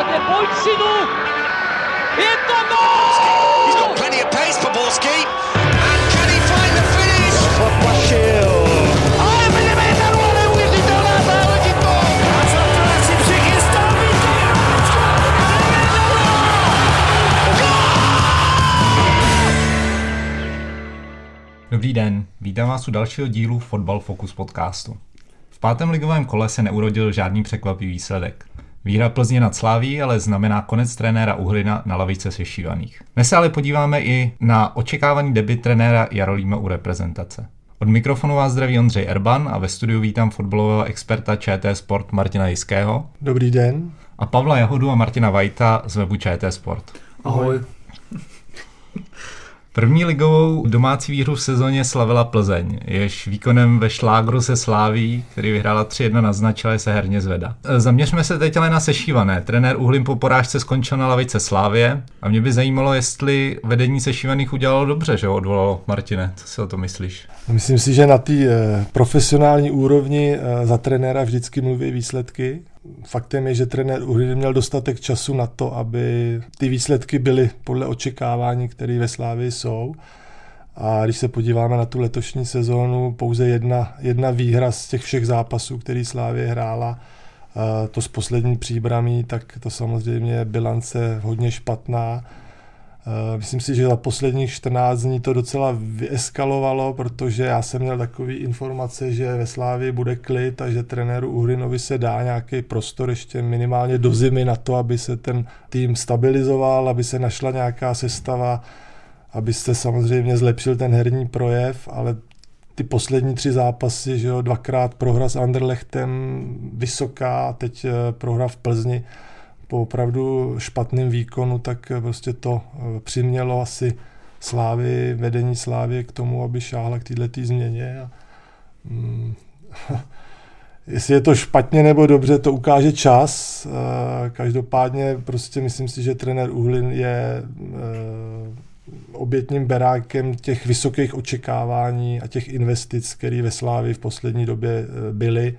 Máte Vojcinu! Je to gól! He's got plenty of pace for Borski. And can he find the finish? Ale milimetr, neuvěřitelná záležitost! A Zlatan si přichystal Dobrý den, vítám vás u dalšího dílu Fotbal Focus podcastu. V pátém ligovém kole se neurodil žádný překvapivý výsledek. Výhra Plzně nad Slavií ale znamená konec trenéra Uhryna na lavice sešívaných. Dnes se ale podíváme i na očekávaný debut trenéra Jarolíma u reprezentace. Od mikrofonu vás zdraví Ondřej Erban a ve studiu vítám fotbalového experta ČT Sport Martina Jiského. Dobrý den. A Pavla Jahodu a Martina Vajta z webu ČT Sport. Ahoj. První ligovou domácí výhru v sezóně slavila Plzeň, jež výkonem ve šlágru se Slavií, který vyhrála 3-1, naznačila, se herně zvedá. Zaměřme se teď ale na sešívané. Trenér Uhlin po porážce skončil na lavice Slavie a mě by zajímalo, jestli vedení sešívaných udělalo dobře, že ho odvolalo. Martine, co si o to myslíš? Myslím si, že na té profesionální úrovni za trenéra vždycky mluví výsledky. Faktem je, že trenér Uhlin měl dostatek času na to, aby ty výsledky byly podle očekávání, které ve Slavii jsou. A když se podíváme na tu letošní sezónu, pouze jedna výhra z těch všech zápasů, který Slavie hrála, to s poslední Příbramí, tak to samozřejmě je bilance hodně špatná. Myslím si, že za posledních 14 dní to docela vyeskalovalo, protože já jsem měl takové informace, že ve Slavii bude klid a že trenéru Uhrinovi se dá nějaký prostor ještě minimálně do zimy na to, aby se ten tým stabilizoval, aby se našla nějaká sestava, aby se samozřejmě zlepšil ten herní projev, ale ty poslední 3 zápasy, že jo, 2krát prohra s Anderlechtem vysoká, teď prohra v Plzni, po opravdu špatném výkonu, tak prostě to přimělo asi vedení Slávy k tomu, aby šáhla k této změně. Jestli je to špatně nebo dobře, to ukáže čas. Každopádně prostě myslím si, že trenér Uhlin je obětním berákem těch vysokých očekávání a těch investic, které ve Slávii v poslední době byly.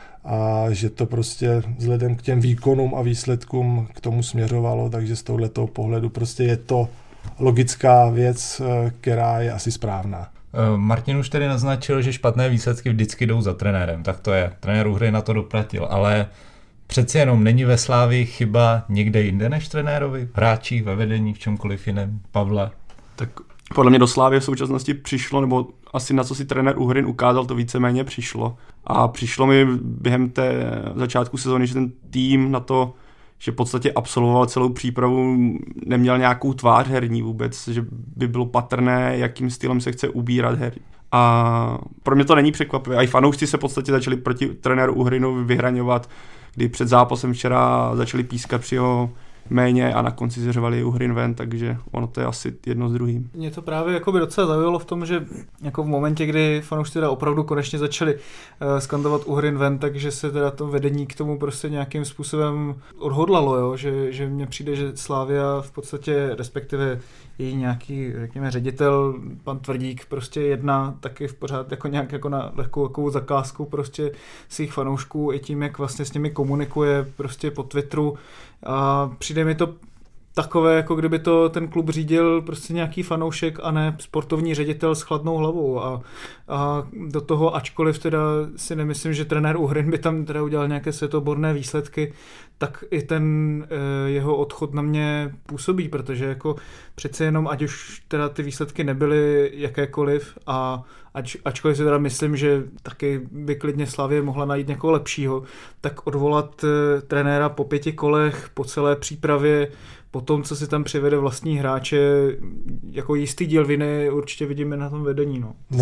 A že to prostě vzhledem k těm výkonům a výsledkům k tomu směřovalo, takže z tohoto pohledu prostě je to logická věc, která je asi správná. Martin už tedy naznačil, že špatné výsledky vždycky jdou za trenérem, tak to je. Trenér Uhry na to doplatil, ale přeci jenom není ve Slávii chyba někde jinde než trenérovi? Hráči, ve vedení, v čemkoliv jiném? Pavle? Tak podle mě do Slávie v současnosti přišlo, nebo asi na co si trenér Uhrin ukázal, to víceméně přišlo. A přišlo mi během té začátku sezóny, že ten tým na to, že v podstatě absolvoval celou přípravu, neměl nějakou tvář herní vůbec, že by bylo patrné, jakým stylem se chce ubírat her. A pro mě to není překvapivé. A i fanoušci se v podstatě začali proti trenéru Uhrinovi vyhraňovat, kdy před zápasem včera začali pískat při jeho méně a na konci zřevali Uhrin ven, takže ono to je asi jedno s druhým. Mě to právě jakoby docela zaujalo v tom, že jako v momentě, kdy fanoušci teda opravdu konečně začali skandovat Uhrin ven, takže se teda to vedení k tomu prostě nějakým způsobem odhodlalo, jo? Že mně přijde, že Slavia v podstatě, respektive její nějaký, řekněme, ředitel, pan Tvrdík, prostě jedná taky v pořád jako nějak jako na lehkou zakázku prostě svých fanoušků i tím, jak vlastně s nimi komunikuje prostě po Twitteru. A přijde mi to takové, jako kdyby to ten klub řídil prostě nějaký fanoušek a ne sportovní ředitel s chladnou hlavou. A do toho, ačkoliv teda si nemyslím, že trenér Uhrin by tam teda udělal nějaké světoborné výsledky, tak i ten jeho odchod na mě působí, protože jako přece jenom, ať už teda ty výsledky nebyly jakékoliv a ačkoliv si teda myslím, že taky by klidně Slavie mohla najít někoho lepšího, tak odvolat trenéra po 5 kolech, po celé přípravě, po tom, co si tam přivede vlastní hráče, jako jistý díl viny určitě vidíme na tom vedení.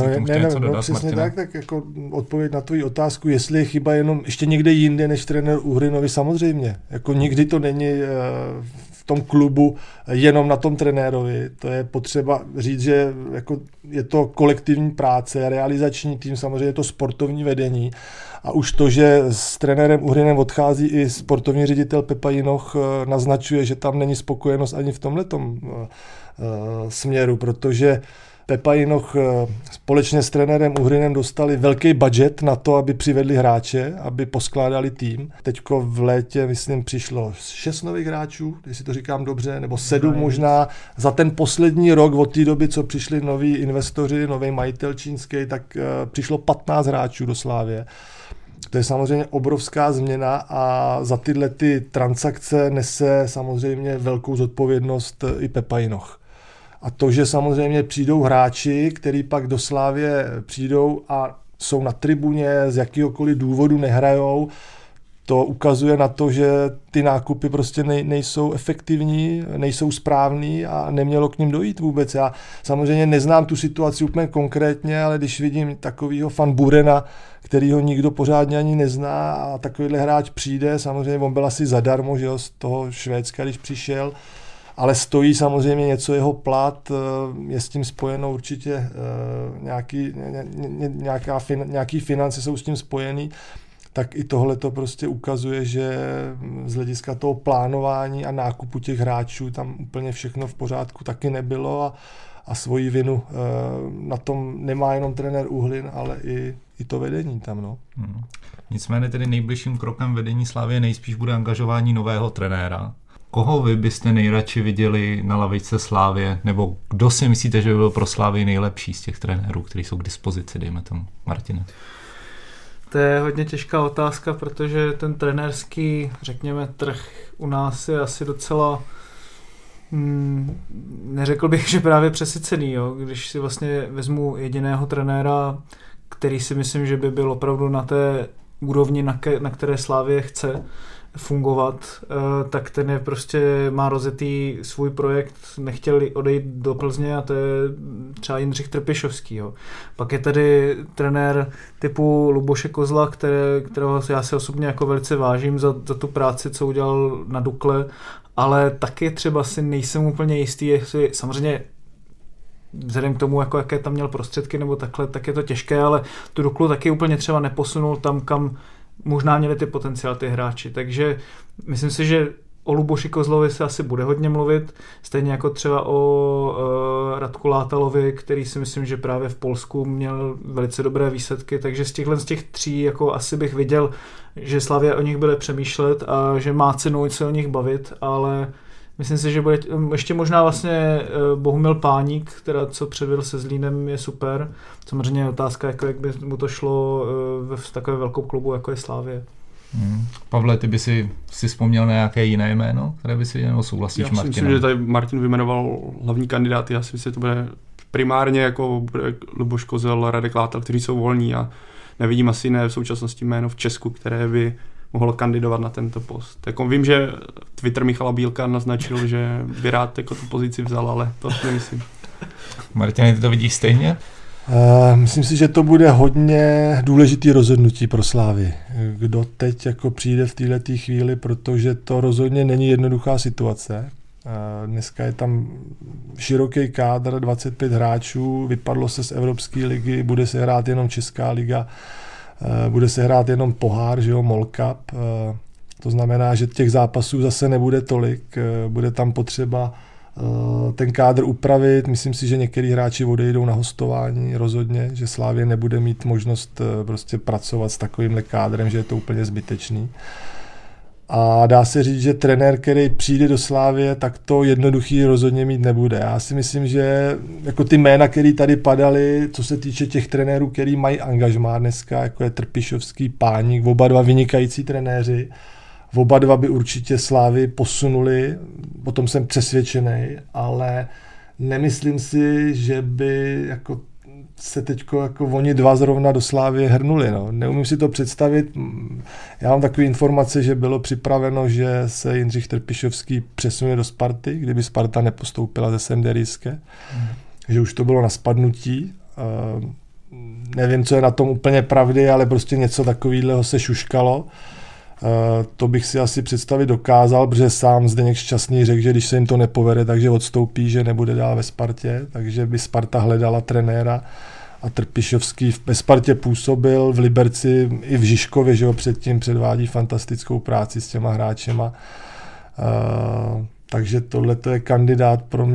Přesně tak jako odpověď na tvoji otázku, jestli je chyba jenom ještě někde jinde než trenér Uhrinovi, samozřejmě. Jako nikdy to není v tom klubu jenom na tom trenérovi. To je potřeba říct, že jako je to kolektivní práce, realizační tým, samozřejmě je to sportovní vedení. A už to, že s trenérem Uhrinem odchází i sportovní ředitel Pepa Jinoch, naznačuje, že tam není spokojenost ani v tomhletom směru, protože Pepa Jinoch společně s trenérem Uhrinem dostali velký budget na to, aby přivedli hráče, aby poskládali tým. Teďko v létě, myslím, přišlo 6 nových hráčů, jestli to říkám dobře, nebo 7 možná. Za ten poslední rok od té doby, co přišli noví investoři, nový majitel čínský, tak přišlo 15 hráčů do Slavie. To je samozřejmě obrovská změna a za tyhle ty transakce nese samozřejmě velkou zodpovědnost i Pepa Jinoch. A to, že samozřejmě přijdou hráči, kteří pak do Slavie přijdou a jsou na tribuně, z jakýhokoliv důvodu nehrajou, to ukazuje na to, že ty nákupy prostě nejsou efektivní, nejsou správný a nemělo k ním dojít vůbec. Já samozřejmě neznám tu situaci úplně konkrétně, ale když vidím takovýho Van Burena, kterýho nikdo pořádně ani nezná a takovýhle hráč přijde, samozřejmě on byl asi zadarmo, že jo, z toho Švédska, když přišel, ale stojí samozřejmě něco jeho plat, je s tím spojeno určitě nějaký finance jsou s tím spojený, tak i tohle to prostě ukazuje, že z hlediska toho plánování a nákupu těch hráčů tam úplně všechno v pořádku taky nebylo a svoji vinu na tom nemá jenom trenér Uhlin, ale i to vedení tam. No. Nicméně tedy nejbližším krokem vedení Slavie nejspíš bude angažování nového trenéra. Koho vy byste nejradši viděli na lavičce Slavie, nebo kdo si myslíte, že by byl pro Slavii nejlepší z těch trenérů, kteří jsou k dispozici, dejme tomu, Martine? To je hodně těžká otázka, protože ten trenérský, řekněme, trh u nás je asi docela, neřekl bych, že právě přesycený, jo? Když si vlastně vezmu jediného trenéra, který si myslím, že by byl opravdu na té úrovni, na které Slavie chce fungovat, tak ten je prostě má rozjetý svůj projekt, nechtěl odejít do Plzně a to je třeba Jindřich Trpišovský. Jo. Pak je tady trenér typu Luboše Kozla, kterého já si osobně jako velice vážím za tu práci, co udělal na Dukle, ale taky třeba si nejsem úplně jistý, jestli samozřejmě vzhledem k tomu, jako jaké tam měl prostředky nebo takhle, tak je to těžké, ale tu Duklu taky úplně třeba neposunul tam, kam možná měli ty potenciál ty hráči, takže myslím si, že o Luboši Kozlovi se asi bude hodně mluvit, stejně jako třeba o Radku Látalovi, který si myslím, že právě v Polsku měl velice dobré výsledky, takže z těch 3 jako asi bych viděl, že Slavia o nich bude přemýšlet a že má cenu se o nich bavit, ale myslím si, že bude ještě možná vlastně Bohumil Páník, která co předvedl se Zlínem, je super. Samozřejmě je otázka, jako jak by mu to šlo v takové velkou klubu, jako je Slavie. Pavle, ty by si vzpomněl na nějaké jiné jméno, které by si nebo souhlasíš Martinem? Já si myslím, že tady Martin vyjmenoval hlavní kandidáty. Já si myslím, že to bude primárně jako Luboš Kozel, Radek Látal, kteří jsou volní a nevidím asi v současnosti jméno v Česku, které by mohl kandidovat na tento post. Jako vím, že Twitter Michala Bílka naznačil, že by rád jako tu pozici vzal, ale to nemyslím. Martin, ty to vidíš stejně? Myslím si, že to bude hodně důležitý rozhodnutí pro Slavii. Kdo teď jako přijde v této chvíli, protože to rozhodně není jednoduchá situace. Dneska je tam široký kádr, 25 hráčů, vypadlo se z Evropské ligy, bude se hrát jenom Česká liga, bude se hrát jenom pohár, že jo, MOL Cup. To znamená, že těch zápasů zase nebude tolik, bude tam potřeba ten kádr upravit. Myslím si, že některý hráči odejdou na hostování rozhodně, že Slavie nebude mít možnost prostě pracovat s takovýmhle kádrem, že je to úplně zbytečný. A dá se říct, že trenér, který přijde do Slavie, tak to jednoduchý rozhodně mít nebude. Já si myslím, že jako ty jména, které tady padaly, co se týče těch trenérů, který mají angažmá dneska, jako je Trpišovský, Páník, oba dva vynikající trenéři, oba dva by určitě Slavii posunuli, o tom jsem přesvědčený, ale nemyslím si, že by jako se teďko jako oni dva zrovna do Slavie hrnuli. No. Neumím si to představit. Já mám takové informace, že bylo připraveno, že se Jindřich Trpišovský přesune do Sparty, kdyby Sparta nepostoupila ze Senderijské. Že už to bylo na spadnutí. Nevím, co je na tom úplně pravdy, ale prostě něco takového se šuškalo. To bych si asi představit dokázal, protože sám Zdeněk Šťastný řekl, že když se jim to nepovede, takže odstoupí, že nebude dál ve Spartě, takže by Sparta hledala trenéra a Trpišovský ve Spartě působil, v Liberci i v Žižkově, že ho předtím předvádí fantastickou práci s těma hráčema. Takže tohle je kandidát pro mě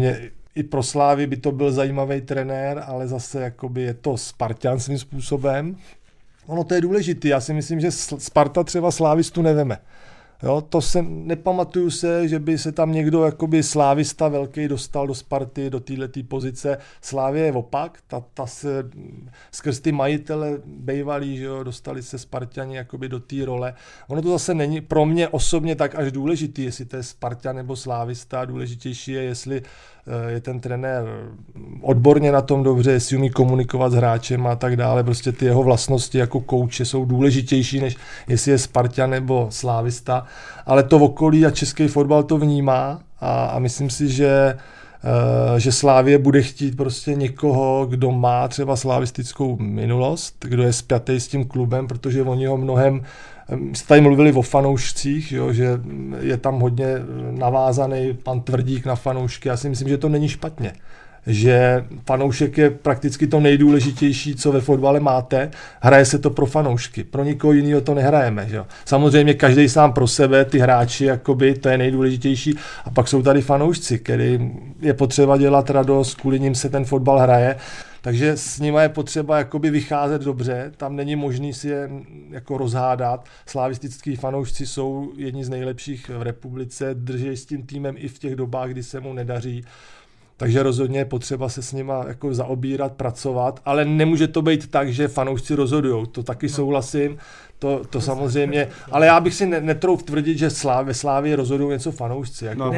i pro Slávy by to byl zajímavý trenér, ale zase jakoby je to Spartan svým způsobem. Ono to je důležité. Já si myslím, že Sparta třeba Slávistu neveme. Jo, to se nepamatuju se, že by se tam někdo jakoby slávista velký dostal do Sparty, do této pozice. Slávě je opak, ta se skrz ty majitele bejvalí, že jo, dostali se Sparťani jakoby do té role. Ono to zase není pro mě osobně tak až důležitý, jestli to je Spartan nebo slávista. Důležitější je, jestli je ten trenér odborně na tom dobře, jestli umí komunikovat s hráčem a tak dále. Prostě ty jeho vlastnosti jako kouče jsou důležitější, než jestli je Spartan nebo slávista. Ale to okolí a český fotbal to vnímá a myslím si, že Slávie bude chtít prostě někoho, kdo má třeba slavistickou minulost, kdo je spjatý s tím klubem, protože oni ho mnohem, jste tady mluvili o fanoušcích, jo, že je tam hodně navázaný pan Tvrdík na fanoušky. Já si myslím, že to není špatně. Že fanoušek je prakticky to nejdůležitější, co ve fotbale máte. Hraje se to pro fanoušky. Pro nikoho jiného to nehrajeme. Že? Samozřejmě každý sám pro sebe, ty hráči, jakoby, to je nejdůležitější. A pak jsou tady fanoušci, který je potřeba dělat radost, kvůli nim se ten fotbal hraje. Takže s nimi je potřeba jakoby vycházet dobře, tam není možný si je jako rozhádat. Slavistický fanoušci jsou jedni z nejlepších v republice, drží s tím týmem i v těch dobách, kdy se mu nedaří. Takže rozhodně je potřeba se s nima jako zaobírat, pracovat, ale nemůže to být tak, že fanoušci rozhodujou. To taky souhlasím, to samozřejmě, ale já bych si netrouf tvrdit, že ve Slávii rozhodují něco fanoušci. Jako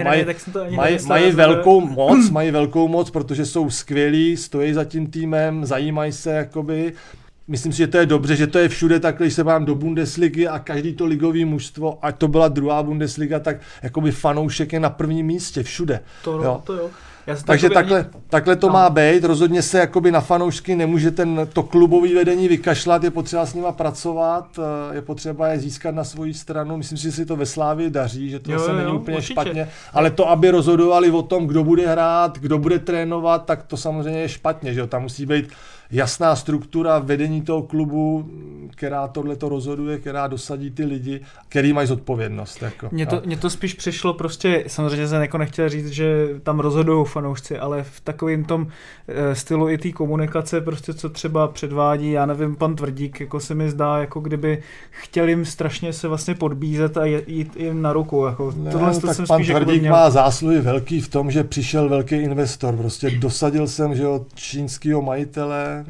mají velkou moc, protože jsou skvělí, stojí za tím týmem, zajímají se jakoby. Myslím si, že to je dobře, že to je všude takhle, když se vám do Bundesligy a každý to ligový mužstvo, ať to byla druhá Bundesliga, tak jakoby fanoušek je na prvním místě, všude. To jo. Takže takhle to má být, rozhodně se jakoby na fanoušky nemůže to klubové vedení vykašlat, je potřeba s nima pracovat, je potřeba je získat na svoji stranu, myslím si, že si to ve Slávii daří, že to zase není úplně určitě špatně, ale to, aby rozhodovali o tom, kdo bude hrát, kdo bude trénovat, tak to samozřejmě je špatně, že jo, tam musí být jasná struktura vedení toho klubu, která tohleto rozhoduje, která dosadí ty lidi, který mají zodpovědnost. Jako. Mně to spíš přišlo prostě, samozřejmě jsem jako nechtěl říct, že tam rozhodují fanoušci, ale v takovém tom stylu i té komunikace, prostě co třeba předvádí, já nevím, pan Tvrdík, jako se mi zdá, jako kdyby chtěl jim strašně se vlastně podbízet a jít jim na ruku. Jako. Tak pan Tvrdík má zásluhy velký v tom, že přišel velký investor, prostě dosadil jsem, že od čínského majitele,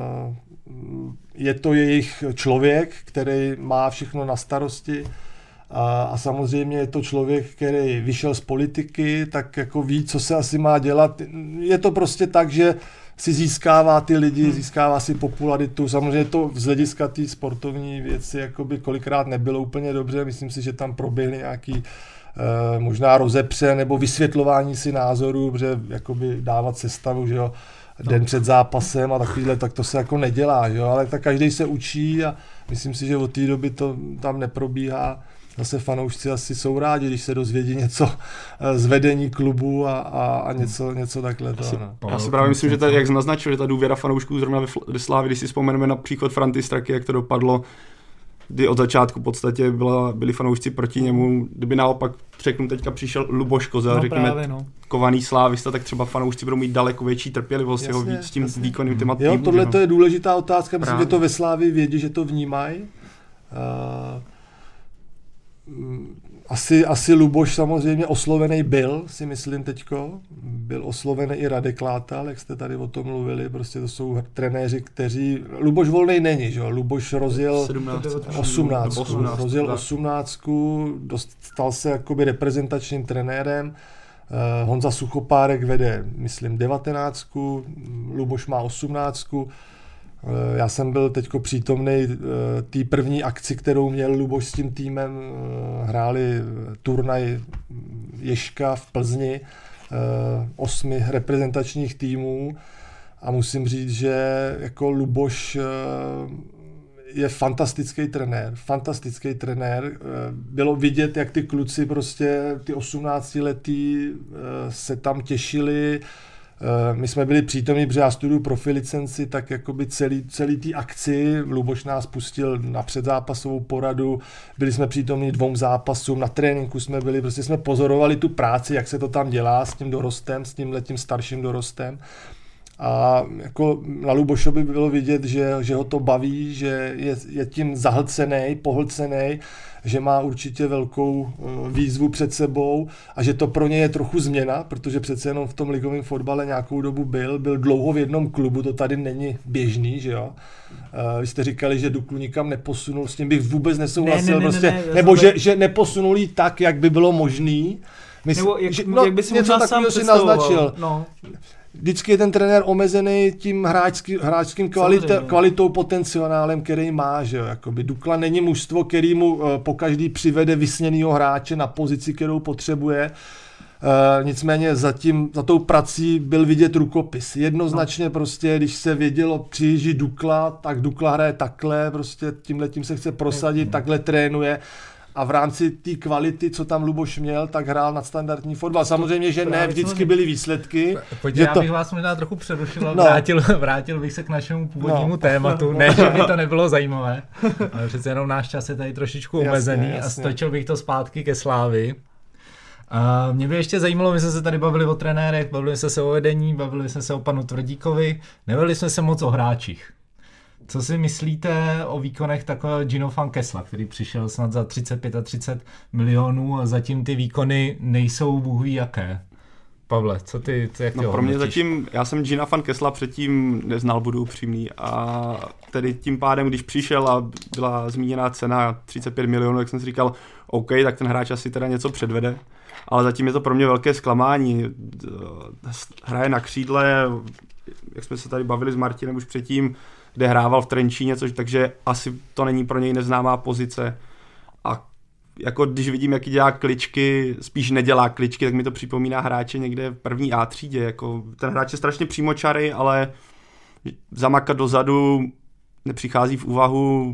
je to jejich člověk, který má všechno na starosti a samozřejmě je to člověk, který vyšel z politiky, tak jako ví, co se asi má dělat. Je to prostě tak, že si získává ty lidi, získává si popularitu. Samozřejmě to z hlediska té sportovní věci jakoby kolikrát nebylo úplně dobře. Myslím si, že tam proběhly nějaký možná rozepře nebo vysvětlování si názorů, protože jakoby dávat sestavu, že jo, den před zápasem a takovýhle, tak to se jako nedělá, že jo? Ale tak každý se učí a myslím si, že od té doby to tam neprobíhá. Zase fanoušci asi jsou rádi, když se dozvědí něco z vedení klubu a něco takhle. Já si právě myslím, že jak naznačil, že ta důvěra fanoušků zrovna ve Slávii, když si vzpomeneme na příchod Franty Straky, jak to dopadlo, kdy od začátku v podstatě byli fanoušci proti němu, kdyby naopak řeknu teďka přišel Luboš Kozel, řekněme kovaný slávista, tak třeba fanoušci budou mít daleko větší trpělivost jeho s tím výkonným týmu. Jo, tohle to je důležitá otázka, myslím, že to ve Slávii vědí, že to vnímají. Asi Luboš samozřejmě oslovený byl, si myslím teďko. Byl oslovený i Radek Látal, jak jste tady o tom mluvili, prostě to jsou trenéři, kteří... Luboš volnej není, že jo? Luboš rozjel 18, dostal se jakoby reprezentačním trenérem. Honza Suchopárek vede, myslím, 19, Luboš má 18. Já jsem byl teďko přítomný té první akci, kterou měl Luboš s tím týmem. Hráli turnaj Ježka v Plzni, 8 reprezentačních týmů a musím říct, že jako Luboš je fantastický trenér. Bylo vidět, jak ty kluci prostě, ty 18letí se tam těšili, My jsme byli přítomní, protože já studuju profilicenci, tak jakoby celý té akci Luboš nás pustil na předzápasovou poradu, byli jsme přítomní 2 zápasům, na tréninku jsme byli, prostě jsme pozorovali tu práci, jak se to tam dělá s tím dorostem, s tímhletím starším dorostem. A jako na Lubošovi bylo vidět, že ho to baví, že je tím zahlcenej, pohlcenej, že má určitě velkou výzvu před sebou a že to pro ně je trochu změna, protože přece jenom v tom ligovém fotbale nějakou dobu byl dlouho v jednom klubu, to tady není běžný, že jo. Vy jste říkali, že Duklu nikam neposunul, s tím bych vůbec nesouhlasil, nebo že neposunul jí tak, jak by bylo možný. Nebo jak by si možná sám naznačil. No. Vždycky je ten trenér omezený tím hráčským kvalitou, potenciálem, který má, že jo, jakoby Dukla není mužstvo, který mu pokaždý přivede vysněnýho hráče na pozici, kterou potřebuje. Nicméně za tou prací byl vidět rukopis. Jednoznačně prostě, když se vědělo, přijíždí Dukla, tak Dukla hraje takhle, prostě tímhletím se chce prosadit, takhle trénuje. A v rámci té kvality, co tam Luboš měl, tak hrál nadstandardní fotbal. Samozřejmě, že ne vždycky byly výsledky. Pojďte, já bych vás možná trochu přerušil a vrátil bych se k našemu původnímu tématu. Ne, že by to nebylo zajímavé, ale přece jenom náš čas je tady trošičku omezený a stočil bych to zpátky ke Slávii. Mě by ještě zajímalo, my jsme se tady bavili o trenérech, bavili jsme se o vedení, bavili jsme se o panu Tvrdíkovi, nebavili jsme se moc o hráčích. Co si myslíte o výkonech takového Gino van Kessela, který přišel snad za 30 milionů a zatím ty výkony nejsou bůh ví jaké? Pavle, jak ty pro mě zatím, já jsem Gina van Kessela předtím neznal, budu upřímný, a tedy tím pádem, když přišel a byla zmíněná cena 35 milionů, jak jsem si říkal, OK, tak ten hráč asi teda něco předvede, ale zatím je to pro mě velké zklamání. Hraje na křídle, jak jsme se tady bavili s Martinem už předtím, kde hrával v Trenčíně, takže asi to není pro něj neznámá pozice. A jako když vidím, jaký dělá kličky, spíš nedělá kličky, tak mi to připomíná hráče někde v první A třídě. Jako, ten hráč je strašně přímočarý, ale zamakat dozadu nepřichází v úvahu.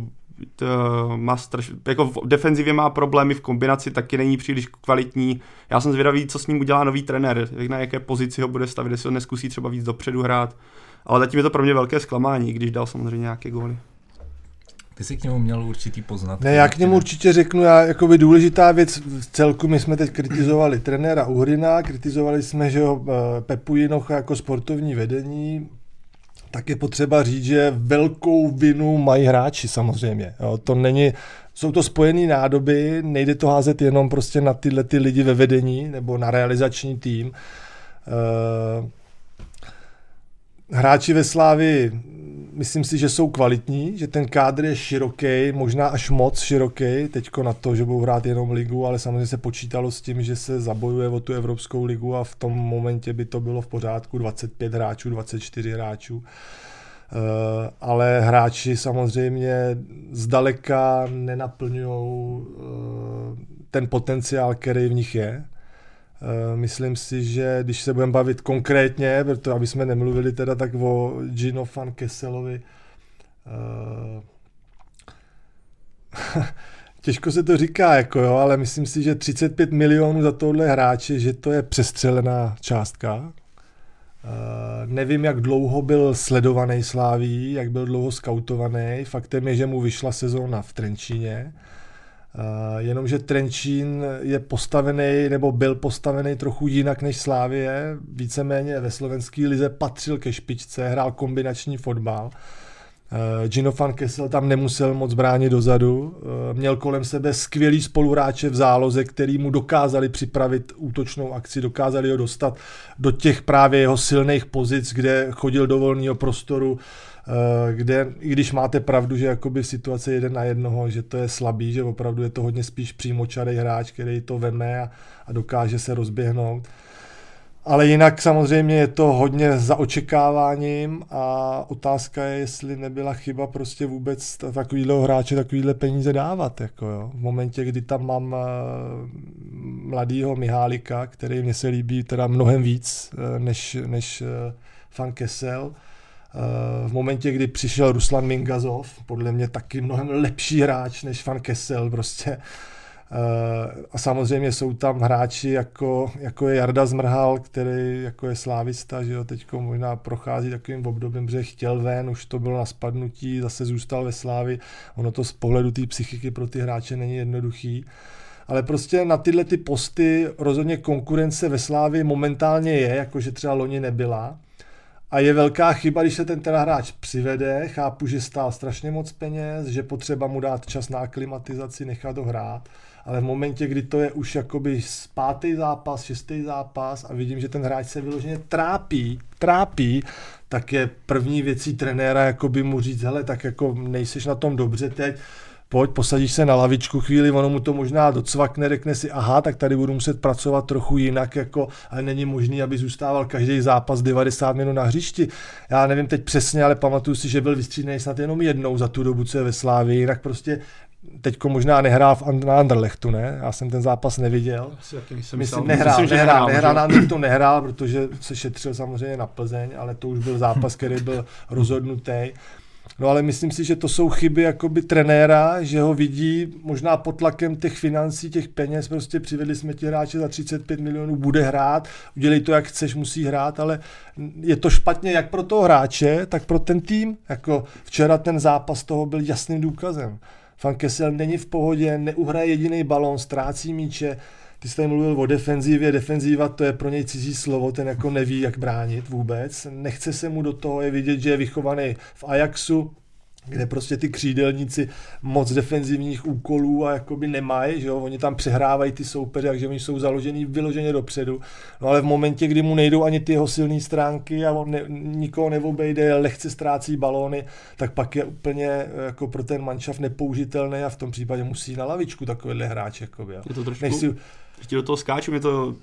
Jako v defenzivě má problémy, v kombinaci taky není příliš kvalitní. Já jsem zvědavý, co s ním udělá nový trenér, na jaké pozici ho bude stavit, jestli ho neskusí třeba víc dopředu hrát. Ale zatím je to pro mě velké zklamání, když dal samozřejmě nějaké góly. Ty jsi k němu měl určitý poznatky. Ne, já k němu určitě řeknu, jakoby důležitá věc v celku, my jsme teď kritizovali trenéra Uhrina, kritizovali jsme, že ho Pepu Jinocha jako sportovní vedení, tak je potřeba říct, že velkou vinu mají hráči samozřejmě. Jo, to není, jsou to spojené nádoby, nejde to házet jenom prostě na tyhle ty lidi ve vedení nebo na realizační tým. Hráči ve Slávii, myslím si, že jsou kvalitní, že ten kádr je široký, možná až moc široký, teďko na to, že budou hrát jenom ligu, ale samozřejmě se počítalo s tím, že se zabojuje o tu Evropskou ligu a v tom momentě by to bylo v pořádku 25 hráčů, 24 hráčů. Ale hráči samozřejmě zdaleka nenaplňují ten potenciál, který v nich je. Myslím si, že když se budeme bavit konkrétně, protože aby jsme nemluvili teda tak o Gino van Kesselovi, těžko se to říká, jako jo, ale myslím si, že 35 milionů za tohle hráče, že to je přestřelená částka. Nevím, jak dlouho byl sledovaný Slavií, jak byl dlouho skautovaný. Faktem je, že mu vyšla sezóna v Trenčíně. Jenomže Trenčín je postavený, nebo byl postavený trochu jinak než Slavie. Víceméně ve slovenské lize patřil ke špičce, hrál kombinační fotbal. Gino van Kessel tam nemusel moc bránit dozadu. Měl kolem sebe skvělý spoluhráče v záloze, který mu dokázali připravit útočnou akci, dokázali ho dostat do těch právě jeho silných pozic, kde chodil do volného prostoru, kde, i když máte pravdu, že jakoby v situaci 1-1, že to je slabý, že opravdu je to hodně spíš přímočarý hráč, který to veme a dokáže se rozběhnout. Ale jinak samozřejmě je to hodně za očekáváním a otázka je, jestli nebyla chyba prostě vůbec takovýhle hráče takovýhle peníze dávat. Jako jo. V momentě, kdy tam mám mladýho Mihálika, který mně se líbí teda mnohem víc než van Kessel. V momentě, kdy přišel Ruslan Mingazov, podle mě taky mnohem lepší hráč než van Kessel prostě. A samozřejmě jsou tam hráči jako je Jarda Zmrhal, který jako je slávista, že jo, teďko možná prochází takovým obdobím, že chtěl ven, už to bylo na spadnutí, zase zůstal ve Slávi. Ono to z pohledu té psychiky pro ty hráče není jednoduchý. Ale prostě na tyhle ty posty rozhodně konkurence ve Slávii momentálně je, jakože třeba loni nebyla. A je velká chyba, když se ten hráč přivede, chápu, že stál strašně moc peněz, že potřeba mu dát čas na aklimatizaci, nechat ho hrát, ale v momentě, kdy to je už jakoby 5. zápas, 6. zápas a vidím, že ten hráč se vyloženě trápí, tak je první věcí trenéra jakoby mu říct, hele, tak jako nejseš na tom dobře teď, pojď, posadíš se na lavičku chvíli, ono mu to možná docvakne, řekne si, aha, tak tady budu muset pracovat trochu jinak, jako, ale není možný, aby zůstával každý zápas 90 minut na hřišti. Já nevím teď přesně, ale pamatuju si, že byl vystřídnej snad jenom jednou za tu dobu, co je ve Slávii, jinak prostě teďko možná nehrál na Anderlechtu, ne? Já jsem ten zápas neviděl. Myslím, nehrál na Anderlechtu nehrál, protože se šetřil samozřejmě na Plzeň, ale to už byl zápas, který byl rozhodnutý. No ale myslím si, že to jsou chyby jakoby trenéra, že ho vidí možná pod tlakem těch financí, těch peněz, prostě přivedli jsme ti hráče za 35 milionů, bude hrát, udělej to jak chceš, musí hrát, ale je to špatně jak pro toho hráče, tak pro ten tým. Jako včera ten zápas toho byl jasným důkazem. Van Kessel není v pohodě, neuhraje jediný balón, ztrácí míče. Ty jsi tady mluvil o defenzivě, defenziva to je pro něj cizí slovo, ten jako neví, jak bránit vůbec, nechce se mu do toho, je vidět, že je vychovaný v Ajaxu, kde prostě ty křídelníci moc defenzivních úkolů a jakoby nemají, že jo, oni tam přehrávají ty soupeře, takže oni jsou založený vyloženě dopředu, no ale v momentě, kdy mu nejdou ani ty jeho silné stránky a on nikoho neobejde, lehce ztrácí balóny, tak pak je úplně jako pro ten manšaft nepoužitelný a v tom případě musí na lavičku takovýhle hráč, jakoby. Je to trošku... Ještě do toho skáču,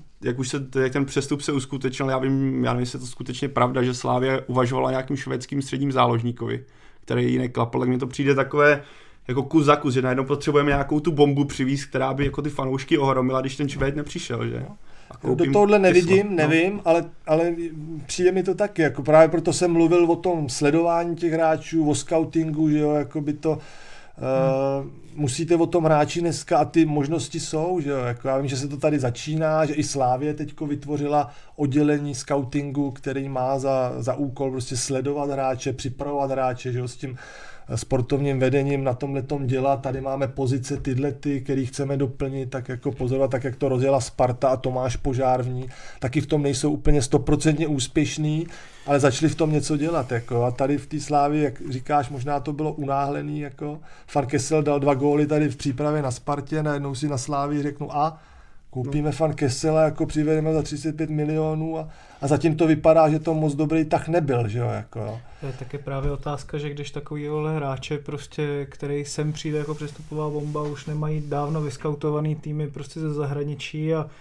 jak ten přestup se uskutečnil, já nevím, jestli je to skutečně pravda, že Slavia uvažovala nějakým švédským středním záložníkovi, který ji neklapl, tak mně to přijde takové jako kus za kus, že najednou potřebujeme nějakou tu bombu přivízt, která by jako ty fanoušky ohromila, když ten Švéd nepřišel, že? Do tohohle nevím, ale přijde mi to taky, jako právě proto jsem mluvil o tom sledování těch hráčů, o scoutingu, že jo, jako by to musíte o tom hráči dneska a ty možnosti jsou, že jo, jako já vím, že se to tady začíná, že i Slavie teďko vytvořila oddělení scoutingu, který má za úkol prostě sledovat hráče, připravovat hráče, že jo, s tím sportovním vedením na tomhletom dělat, tady máme pozice tyhle, který chceme doplnit, tak jako pozorovat, tak jak to rozjela Sparta a Tomáš Požární, taky v tom nejsou úplně 100% úspěšný, ale začali v tom něco dělat, jako, a tady v té Slávii, jak říkáš, možná to bylo unáhlený, jako, Van Kessel dal 2 góly tady v přípravě na Spartě, najednou si na Slávii řeknu koupíme Van Kessela, jako přivedeme za 35 milionů a zatím to vypadá, že to moc dobrý tak nebyl, že jo, jako jo. To je také právě otázka, že když takovýhle hráče prostě, který sem přijde jako přestupová bomba, už nemají dávno vyskautovaný týmy prostě ze zahraničí a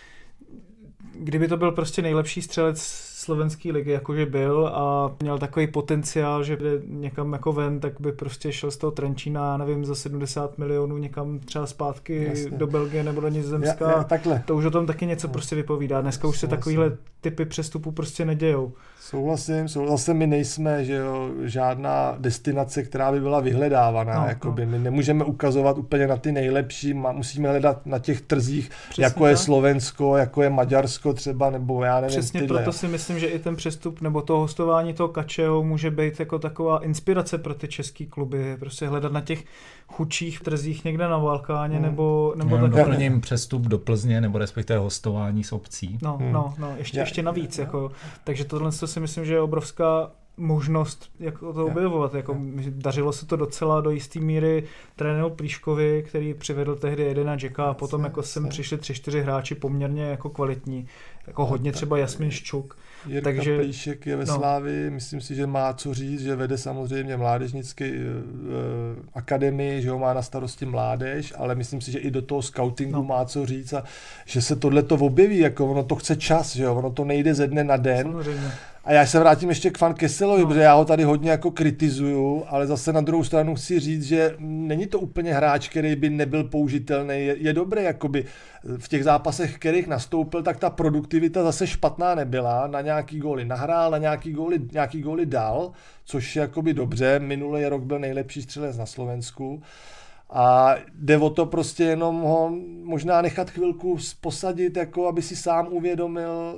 kdyby to byl prostě nejlepší střelec slovenské ligy, jakože byl a měl takový potenciál, že jde někam jako ven, tak by prostě šel z toho Trenčína, nevím, za 70 milionů někam třeba zpátky do Belgie nebo do Nizozemska. To už o tom taky něco prostě vypovídá. Dneska už se takovýhle typy přestupů prostě nedějou. Souhlasím, my nejsme, že jo, žádná destinace, která by byla vyhledávaná, jakoby. My nemůžeme ukazovat úplně na ty nejlepší, musíme hledat na těch trzích, přesně jako je Slovensko, jako je Maďarsko třeba, nebo já nevím. Přesně proto si myslím, že i ten přestup nebo to hostování toho Kačeho může být jako taková inspirace pro ty český kluby, prostě hledat na těch chudších trzích někde na Balkáně nebo doplním přestup do Plzně nebo respektive hostování z obcí. Ještě navíc, jako, takže tohle si myslím, že je obrovská možnost, jak to objevovat. Jako, dařilo se to docela do jisté míry trenéru Plíškovi, který přivedl tehdy Edena Jacka a potom jako sem přišli 3-4 hráči poměrně jako kvalitní. Jako hodně třeba Jasmin Ščuk. Jirka Plíšek je ve Slávii, myslím si, že má co říct, že vede samozřejmě mládežnické akademii, že ho má na starosti mládež, ale myslím si, že i do toho scoutingu má co říct a že se tohleto objeví, jako ono to chce čas, že jo, ono to nejde ze dne na den. Samozřejmě. A já se vrátím ještě k Van Kesselovi, protože já ho tady hodně jako kritizuju, ale zase na druhou stranu chci říct, že není to úplně hráč, který by nebyl použitelný. Je dobré, jakoby v těch zápasech, kterých nastoupil, tak ta produktivita zase špatná nebyla. Na nějaký góly nahrál, na nějaký góly dal, což je jakoby dobře. Minulý rok byl nejlepší střelec na Slovensku. A jde o to prostě jenom ho možná nechat chvilku posadit, jako aby si sám uvědomil,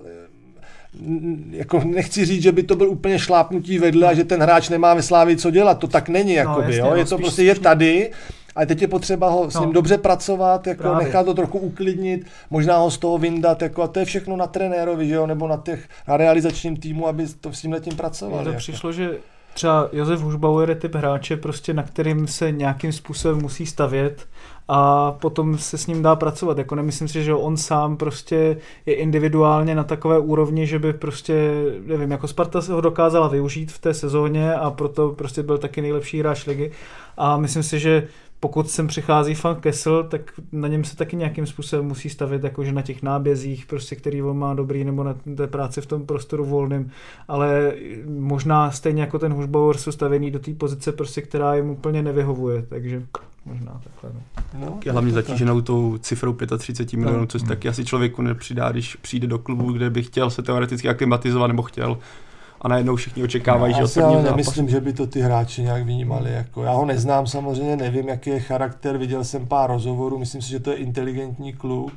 jako nechci říct, že by to byl úplně šlápnutí vedle a že ten hráč nemá ve Slávii co dělat, to tak není, jakoby, jo? Je to prostě je tady a teď je potřeba ho s ním dobře pracovat, jako nechat to trochu uklidnit, možná ho z toho vyndat, jako, a to je všechno na trenérovi, že jo? Nebo na realizačním týmu, aby to s tímhletím pracovali. Mně to přišlo, že třeba Josef Hušbauer je typ hráče, prostě, na kterým se nějakým způsobem musí stavět a potom se s ním dá pracovat. Jako nemyslím si, že on sám prostě je individuálně na takové úrovni, že by prostě, nevím, jako Sparta ho dokázala využít v té sezóně a proto prostě byl taky nejlepší hráč ligy. A myslím si, že pokud sem přichází Frank Kessel, tak na něm se taky nějakým způsobem musí stavět, jakože na těch nábězích, prostě, který on má dobrý, nebo na té práci v tom prostoru volným, ale možná stejně jako ten Hušbauer jsou stavěný do té pozice, prostě, která jim úplně nevyhovuje, takže možná takhle. No, je hlavně zatíženou tou cifrou 35 milionů, což taky asi člověku nepřidá, když přijde do klubu, kde by chtěl se teoreticky aklimatizovat, nebo chtěl. A najednou všichni očekávají, že od prvního zápasu. Nemyslím, že by to ty hráči nějak vnímali. Jako. Já ho neznám samozřejmě, nevím, jaký je charakter, viděl jsem pár rozhovorů, myslím si, že to je inteligentní kluk,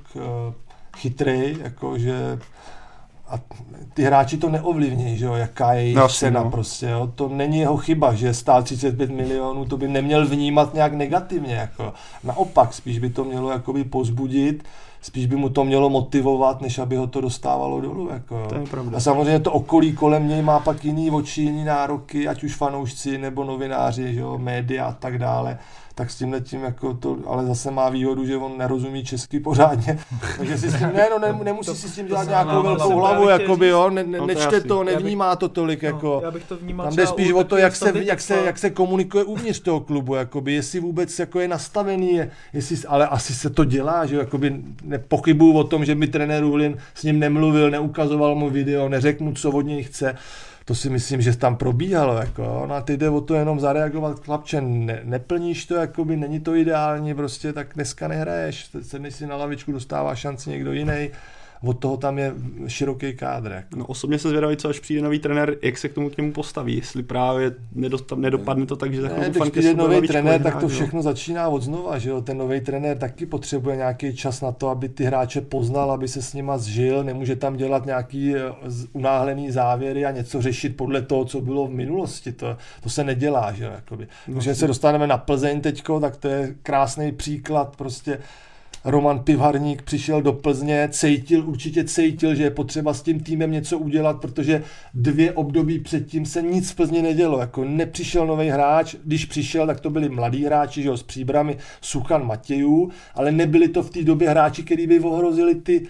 chytrý, jakože a ty hráči to neovlivní, že jo, jaká je jejich cena prostě, jo. To není jeho chyba, že stál 35 milionů, to by neměl vnímat nějak negativně, jako. Naopak, spíš by to mělo jakoby pozbudit, spíš by mu to mělo motivovat, než aby ho to dostávalo dolů. Jako. To je pravda. A samozřejmě to okolí kolem něj má pak jiný oči, jiný nároky, ať už fanoušci nebo novináři, že jo, média a tak dále. Tak s tímhletím jako to, ale zase má výhodu, že on nerozumí česky pořádně. Takže si s tím, nemusí si s tím dělat nějakou velkou hlavu, jakoby, jo, nečte to, nevnímá to tolik, jako. Já bych to vnímal, tam jde spíš o to, jak se komunikuje uvnitř toho klubu, jakoby, jestli vůbec jako je nastavený, ale asi se to dělá, že jakoby nepochybuju o tom, že by trenér Uhlin s ním nemluvil, neukazoval mu video, neřekl mu, co od něj chce. To si myslím, že tam probíhalo, jako, no a teď jde o to jenom zareagovat, chlapče, neplníš to, jakoby, není to ideální, prostě, tak dneska nehraješ, sedneš si na lavičku, dostává šanci někdo jiný, od toho tam je široký kádr. Jako. No, osobně se zvědavý, co až přijde nový trenér, jak se k němu postaví, jestli právě nedopadne to tak, že když přijde nový trenér, tak to všechno začíná od znova, že jo, ten nový trenér taky potřebuje nějaký čas na to, aby ty hráče poznal, aby se s nima zžil, nemůže tam dělat nějaký unáhlený závěry a něco řešit podle toho, co bylo v minulosti, to se nedělá, že jo, jakoby. Když se dostaneme na Plzeň teďko, tak to je krásný příklad, prostě Roman Pivarník přišel do Plzně, určitě cítil, že je potřeba s tím týmem něco udělat, protože 2 období předtím se nic v Plzni nedělo. Jako nepřišel nový hráč, když přišel, tak to byli mladí hráči, že jo, s příbrami Suchan, Matějů, ale nebyli to v té době hráči, kteří by ohrozili ty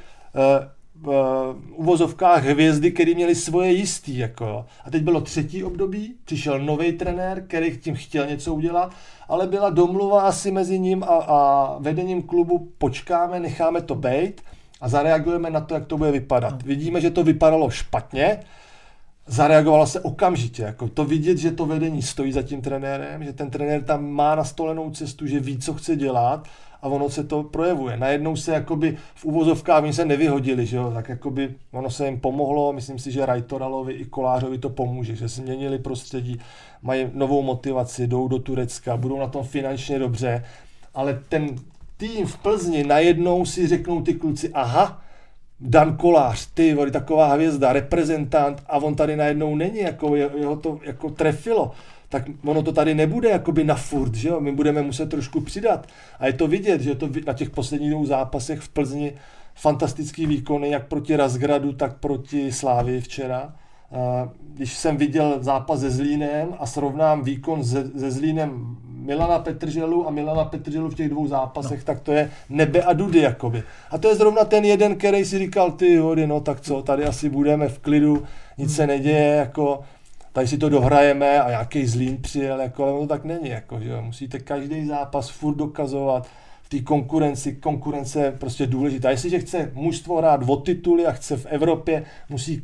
uvozovkách hvězdy, který měli svoje jistý. Jako. A teď bylo 3. období, přišel nový trenér, který tím chtěl něco udělat, ale byla domluva asi mezi ním a vedením klubu, počkáme, necháme to bejt a zareagujeme na to, jak to bude vypadat. Vidíme, že to vypadalo špatně, zareagovalo se okamžitě. Jako to vidět, že to vedení stojí za tím trenérem, že ten trenér tam má nastolenou cestu, že ví, co chce dělat, a ono se to projevuje. Najednou se jakoby v uvozovkách oni se nevyhodili, že jo? Tak jakoby ono se jim pomohlo, myslím si, že Rajtoralovi i Kolářovi to pomůže, že si měnili prostředí, mají novou motivaci, jdou do Turecka, budou na tom finančně dobře, ale ten tým v Plzni najednou si řeknou ty kluci, aha, Dan Kolář, ty vole, taková hvězda, reprezentant a on tady najednou není, jako jeho to jako trefilo. Tak ono to tady nebude jakoby na furt, že jo? My budeme muset trošku přidat. A je to vidět, že je to na těch posledních 2 zápasech v Plzni fantastický výkony, jak proti Razgradu, tak proti Slávii včera. Když jsem viděl zápas se Zlínem a srovnám výkon se Zlínem Milana Petrželu a Milana Petrželu v těch 2 zápasech, tak to je nebe a dudy jakoby. A to je zrovna ten jeden, který si říkal, ty hody, no tak co, tady asi budeme v klidu, nic se neděje, jako tady si to dohrajeme a nějaký Zlín přijel, jako, ale to tak není, jako, že jo. Musíte každý zápas furt dokazovat v té konkurence je prostě důležitá. Jestliže chce mužstvo hrát o tituly a chce v Evropě, musí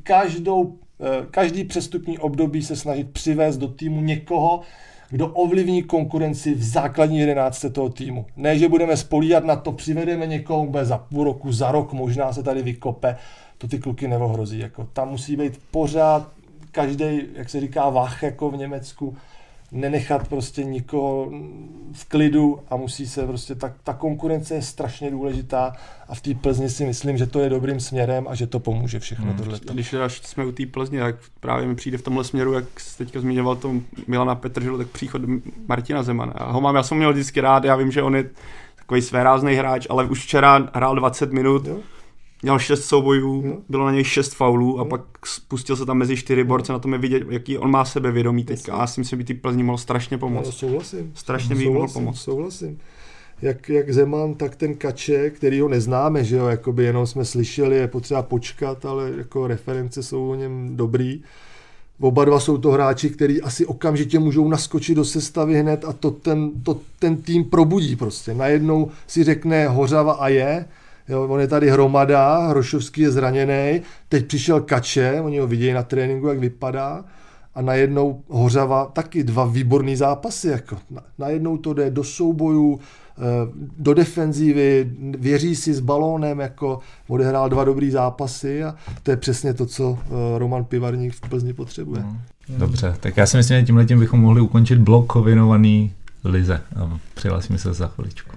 každý přestupní období se snažit přivést do týmu někoho, kdo ovlivní konkurenci v základní 11 toho týmu. Ne, že budeme spolíhat na to, přivedeme někoho, bude za půl roku, za rok, možná se tady vykope, to ty kluky neohrozí. Jako. Tam musí být pořád každý, jak se říká, vach, jako v Německu, nenechat prostě nikoho v klidu a musí se prostě, ta konkurence je strašně důležitá a v té Plzni si myslím, že to je dobrým směrem a že to pomůže všechno tohleto. Když jsme u té Plzně, tak právě mi přijde v tomhle směru, jak jsi teďka zmiňoval to Milana Petrželu, tak příchod Martina Zemana. Já jsem měl vždycky rád, já vím, že on je takový svéráznej hráč, ale už včera hrál 20 minut, měl 6 soubojů, bylo na něj 6 faulů a pak spustil se tam mezi 4 borce, na tom je vidět, jaký on má sebevědomí teďka. A já si myslím, že by ty Plzni mohl strašně pomoct. No, souhlasím. Strašně by mohl pomoct. Souhlasím. Jak Zeman, tak ten Kače, který ho neznáme, že jo, jakoby jenom jsme slyšeli, je potřeba počkat, ale jako reference jsou o něm dobrý. Oba dva jsou to hráči, kteří asi okamžitě můžou naskočit do sestavy hned a ten tým probudí prostě. Najednou si řekne Hořava a je, jo, on je tady hromada, Hrošovský je zraněný, teď přišel Kače, oni ho vidějí na tréninku, jak vypadá a najednou Hořava taky 2 výborný zápasy, jako najednou to jde do soubojů, do defenzívy, věří si s balónem, jako odehrál 2 dobrý zápasy a to je přesně to, co Roman Pivarník v Plzni potřebuje. Dobře, tak já si myslím, že tímhletím bychom mohli ukončit blok věnovaný lize. Přihlásíme se za chviličku.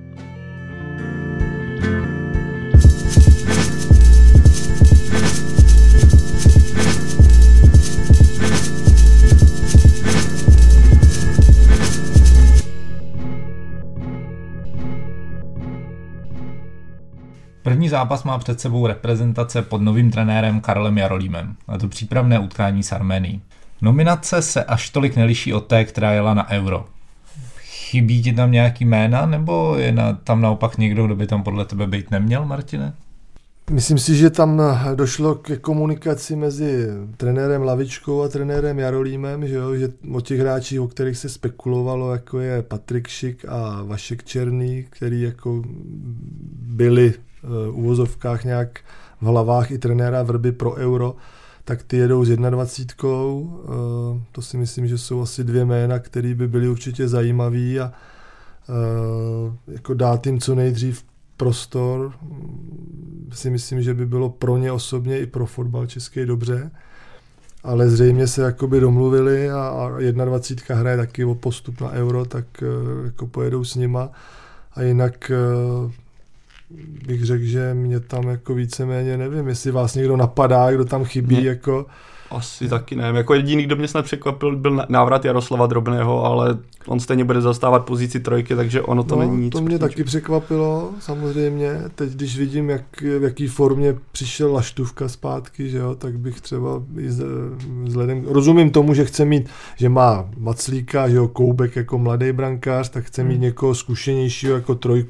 První zápas má před sebou reprezentace pod novým trenérem Karlem Jarolímem, a to přípravné utkání s Arménií. Nominace se až tolik neliší od té, která jela na Euro. Chybí ti tam nějaký jména, nebo je tam naopak někdo, kdo by tam podle tebe být neměl, Martine? Myslím si, že tam došlo ke komunikaci mezi trenérem Lavičkou a trenérem Jarolímem, že o těch hráčích, o kterých se spekulovalo, jako je Patrik Šik a Vašek Černý, který jako byli v uvozovkách nějak v hlavách i trenéra Vrby pro Euro, tak ty jedou s 21. To si myslím, že jsou asi 2 jména, které by byly určitě zajímavý a jako dát jim co nejdřív prostor, si myslím, že by bylo pro ně osobně i pro fotbal český dobře, ale zřejmě se jakoby domluvili a 21 hraje taky o postup na Euro, tak jako pojedou s nima a jinak bych řekl, že mě tam jako víceméně nevím, jestli vás někdo napadá, kdo tam chybí, jako... Asi taky nevím. Jako jediný, kdo mě snad překvapil, byl návrat Jaroslava Drobného, ale on stejně bude zastávat pozici 3, takže ono to není nic. To mě taky překvapilo, samozřejmě. Teď, když vidím, v jaký formě přišel Laštůvka zpátky, že jo, tak bych třeba vzhledem... Rozumím tomu, že chce mít, že má Maclíka, že jo, Koubek jako mladý brankář, tak chce mít někoho zkušenějšího jako 3.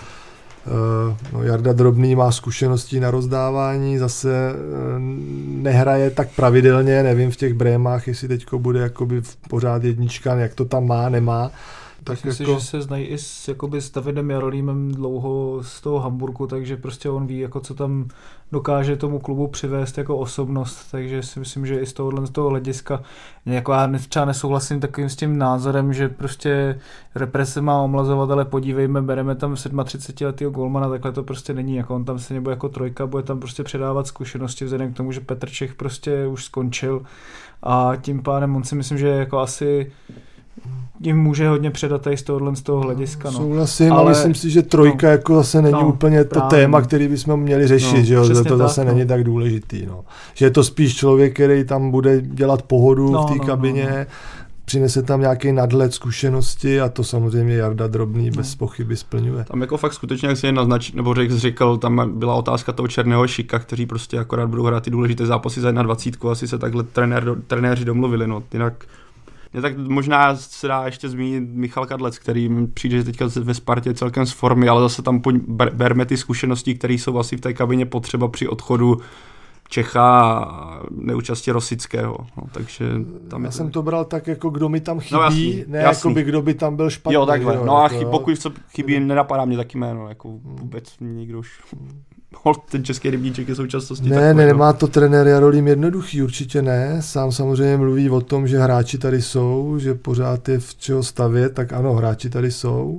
Jarda Drobný má zkušenosti na rozdávání, zase nehraje tak pravidelně, nevím v těch Brémách, jestli teďko bude jakoby pořád jednička, jak to tam má, nemá. Tak myslím jako... si, že se znají i s Davidem Jarolímem dlouho z toho Hamburku, takže prostě on ví, jako co tam dokáže tomu klubu přivést jako osobnost, takže si myslím, že i z toho hlediska, jako já třeba nesouhlasím takovým s tím názorem, že prostě repre se má omlazovat, ale podívejme, bereme tam 37letýho golmana, takhle to prostě není, jako on tam se nebude jako 3, bude tam prostě předávat zkušenosti vzhledem k tomu, že Petr Čech prostě už skončil a tím pádem on si myslím, že jako asi jim může hodně předat tady z toho hlediska. No. Souhlasím, ale myslím si, že 3 jako zase není úplně to téma, který bychom měli řešit, že jo? To zase není tak důležitý. No. Že je to spíš člověk, který tam bude dělat pohodu v té kabině, přinese tam nějaký nadhled, zkušenosti a to samozřejmě Jarda Drobný bez pochyby splňuje. Tam jako fakt skutečně, jak si naznačil, nebo řekl, tam byla otázka toho Černého Šika, kteří prostě akorát budou hrát ty důležité zápasy za 21, asi se takhle trenéři domluvili, no. Jinak tak možná se dá ještě zmínit Michal Kadlec, který přijde teďka ve Spartě celkem z formy, ale zase tam berme ty zkušenosti, které jsou asi v té kabině potřeba při odchodu Čecha a neúčastí Rosického. No, takže tam já jsem to bral tak, jako kdo mi tam chybí, jasný. Jakoby kdo by tam byl špatný. Jo, takhle. No a pokud co chybí, nenapadá mě taky jméno, jako vůbec nikdo už... Ten český rybníček je současnosti nemá to trenér Jarolím jednoduchý, určitě ne. Sám samozřejmě mluví o tom, že hráči tady jsou, že pořád je v čeho stavět, tak ano, hráči tady jsou.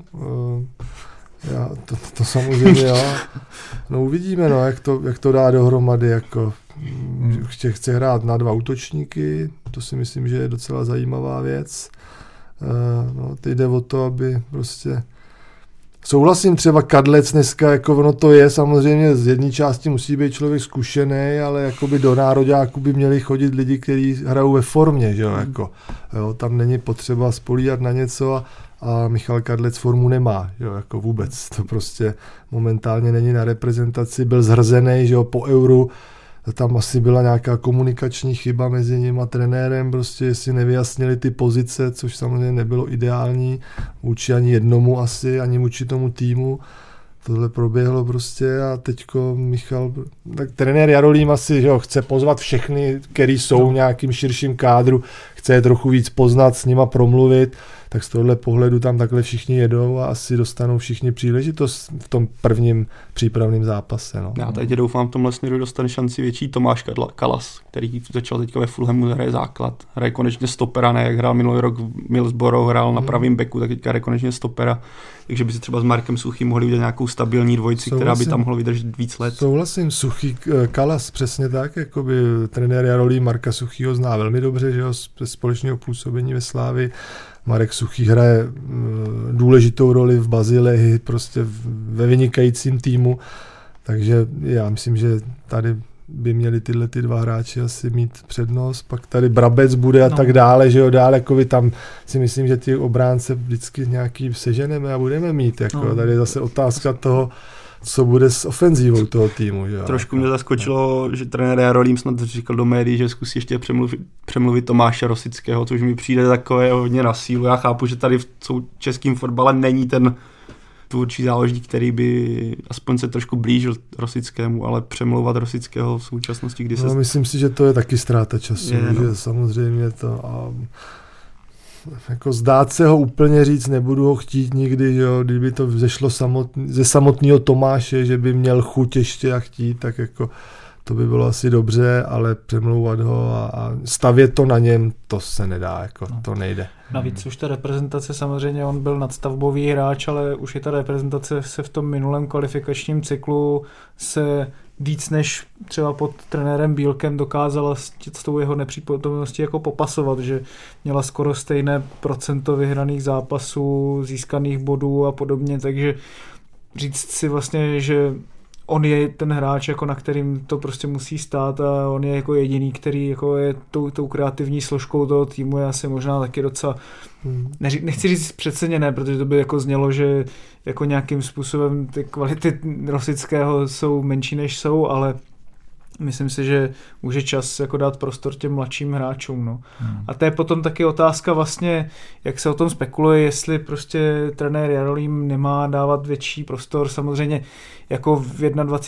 To samozřejmě, jo. No uvidíme, no, jak to dá dohromady, jako chce hrát na 2 útočníky, to si myslím, že je docela zajímavá věc. No, teď jde o to, aby prostě... Souhlasím, třeba Kadlec dneska, jako ono to je, samozřejmě z jedné části musí být člověk zkušený, ale jakoby do nároďáku by měli chodit lidi, kteří hrajou ve formě, že jo, jako, jo, tam není potřeba spolíhat na něco a Michal Kadlec formu nemá, jo, jako vůbec, to prostě momentálně není na reprezentaci, byl zhrzený, že jo, po Euru, tam asi byla nějaká komunikační chyba mezi ním a trenérem, prostě si nevyjasnili ty pozice, což samozřejmě nebylo ideální vůči ani jednomu asi, ani vůči tomu týmu. Tohle proběhlo prostě a teďko Michal, tak trenér Jarolím asi, že jo, chce pozvat všechny, který jsou v nějakým širším kádru, chce je trochu víc poznat, s nima promluvit, tak z tohle pohledu tam takhle všichni jedou a asi dostanou všichni příležitost v tom prvním přípravném zápase. No. Já teď doufám, v tomhle směru dostane šanci větší Tomáš Kalas, který začal teďka ve Fulhamu, hraje základ. Hraje konečně stopera, ne jak hrál minulý rok v Middlesbrough, hrál na pravém beku, tak teďka hraje konečně stopera. Takže by si třeba s Markem Suchým mohli udělat nějakou stabilní dvojici, která by tam mohla vydržet víc let. Souhlasím, Suchý, Kalas, přesně tak, jakoby trenér Jarolí Marka Suchýho zná velmi dobře, že jo, z společného působení ve Slávii. Marek Suchý hraje důležitou roli v Bazileji, prostě ve vynikajícím týmu, takže já myslím, že tady by měli tyhle ty dva hráči asi mít přednost, pak tady Brabec bude a tak dále, že jo, dále, jako tam si myslím, že ty obránce vždycky nějaký seženeme a budeme mít, jako tady je zase otázka toho, co bude s ofenzívou toho týmu. Že? Trošku mě zaskočilo, že trenér Jarolím snad říkal do médií, že zkusí ještě přemluvit Tomáše Rosického, což mi přijde takové hodně na sílu. Já chápu, že tady v českém fotbale není ten tvůrčí záložník, který by aspoň se trošku blížil Rosickému, ale přemlouvat Rosického v současnosti, kdy se... No, myslím si, že to je taky ztráta času, že samozřejmě to... A... Jako zdát se ho úplně říct, nebudu ho chtít nikdy, jo, kdyby to vzešlo ze samotného Tomáše, že by měl chuť ještě a chtít, tak jako to by bylo asi dobře, ale přemlouvat ho a stavět to na něm, to se nedá, jako to nejde. Navíc už ta reprezentace, samozřejmě on byl nadstavbový hráč, ale už i ta reprezentace se v tom minulém kvalifikačním cyklu se víc než třeba pod trenérem Bílkem dokázala s tou jeho nepřítomností jako popasovat, že měla skoro stejné procento vyhraných zápasů, získaných bodů a podobně, takže říct si vlastně, že on je ten hráč, jako na kterým to prostě musí stát a on je jako jediný, který jako je tou kreativní složkou toho týmu, je asi možná taky docela, nechci říct přeceněné, protože to by jako znělo, že jako nějakým způsobem ty kvality Rosického jsou menší než jsou, ale myslím si, že už je čas jako dát prostor těm mladším hráčům. No. A to je potom taky otázka vlastně, jak se o tom spekuluje, jestli prostě trenér Jarolím nemá dávat větší prostor. Samozřejmě jako v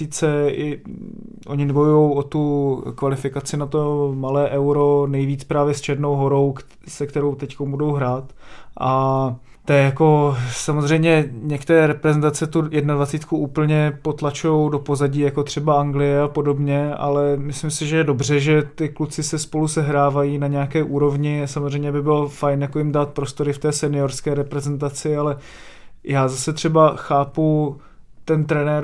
21. Oni bojují o tu kvalifikaci na to malé euro nejvíc právě s Černou Horou, se kterou teď budou hrát. A to je jako samozřejmě některé reprezentace tu 21 úplně potlačují do pozadí, jako třeba Anglie a podobně, ale myslím si, že je dobře, že ty kluci se spolu sehrávají na nějaké úrovni. Samozřejmě by bylo fajn jako jim dát prostory v té seniorské reprezentaci, ale já zase třeba chápu ten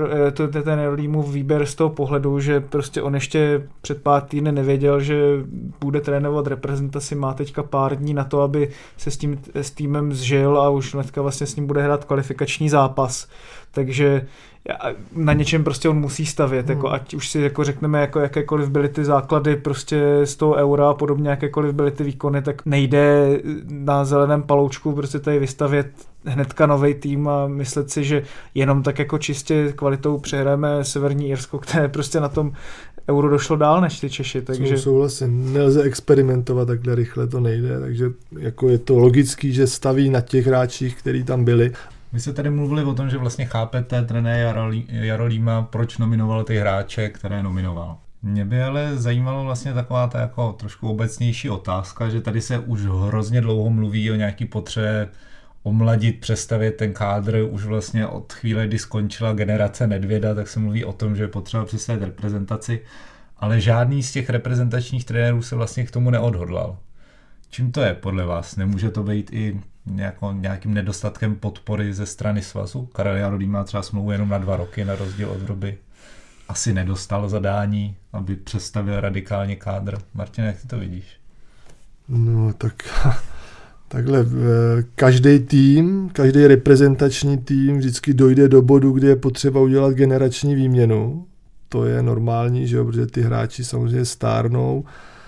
trenérův výběr z toho pohledu, že prostě on ještě před pár týdny nevěděl, že bude trénovat reprezentaci, má teďka pár dní na to, aby se s týmem zžil a už hnedka vlastně s ním bude hrát kvalifikační zápas. Takže na něčem prostě on musí stavět, jako ať už si jako řekneme, jako jakékoliv byly ty základy prostě z toho eura a podobně, jakékoliv byly ty výkony, tak nejde na zeleném paloučku prostě tady vystavět hnedka novej tým a myslet si, že jenom tak jako čistě kvalitou přehrajeme Severní Irsko, které prostě na tom euro došlo dál než ty Češi. Takže... Souhlasím, nelze experimentovat takhle rychle, to nejde, takže jako je to logický, že staví na těch hráčích, kteří tam byli. Vy jste tady mluvili o tom, že vlastně chápete trenér Jarolíma, proč nominoval ty hráče, které nominoval. Mě by ale zajímalo vlastně taková ta jako trošku obecnější otázka, že tady se už hrozně dlouho mluví o nějaký potřebě omladit, přestavět ten kádr, už vlastně od chvíle, kdy skončila generace Nedvěda, tak se mluví o tom, že je potřeba přestavět reprezentaci, ale žádný z těch reprezentačních trenérů se vlastně k tomu neodhodlal. Čím to je podle vás? Nemůže to být i nějakým nedostatkem podpory ze strany svazu? Karel Jarolím má třeba smlouvu jenom na 2 roky, na rozdíl od Vrby. Asi nedostal zadání, aby přestavil radikálně kádr. Martin, jak ty to vidíš? No tak Takhle každý tým, každý reprezentační tým vždycky dojde do bodu, kdy je potřeba udělat generační výměnu. To je normální, že jo, protože ty hráči samozřejmě stárnou.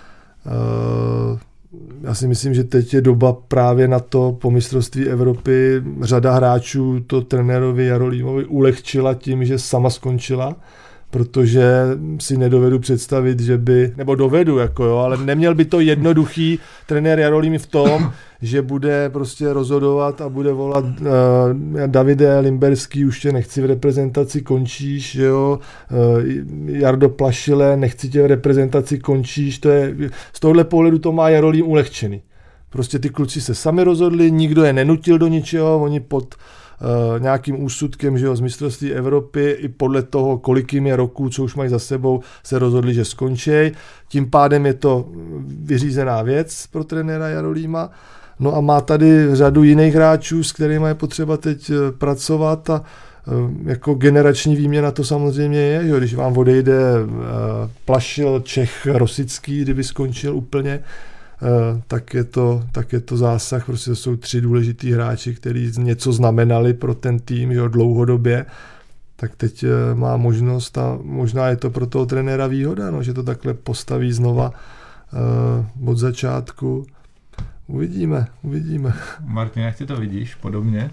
Já si myslím, že teď je doba právě na to, po mistrovství Evropy řada hráčů to trenérovi Jarolímovi ulehčila tím, že sama skončila, protože si nedovedu představit, že by, nebo dovedu, jako jo, ale neměl by to jednoduchý trenér Jarolím v tom, že bude prostě rozhodovat a bude volat Davide Limberský, už tě nechci v reprezentaci, končíš, jo, Jardo Plašile, nechci tě v reprezentaci, končíš, to je, z tohohle pohledu to má Jarolím ulehčený. Prostě ty kluci se sami rozhodli, nikdo je nenutil do ničeho, oni pod nějakým úsudkem, že jo, z mistrovství Evropy i podle toho, kolik jim je roků, co už mají za sebou, se rozhodli, že skončí. Tím pádem je to vyřízená věc pro trenéra Jarolíma. No a má tady řadu jiných hráčů, s kterými je potřeba teď pracovat a jako generační výměna to samozřejmě je, že když vám odejde Plašil, Čech, Rosický, kdyby skončil úplně, tak je to zásah, prostě to jsou 3 důležitý hráči, kteří něco znamenali pro ten tým, že dlouhodobě, tak teď má možnost a možná je to pro toho trenéra výhoda, no, že to takhle postaví znova od začátku. Uvidíme. Martin, jak ty to vidíš podobně?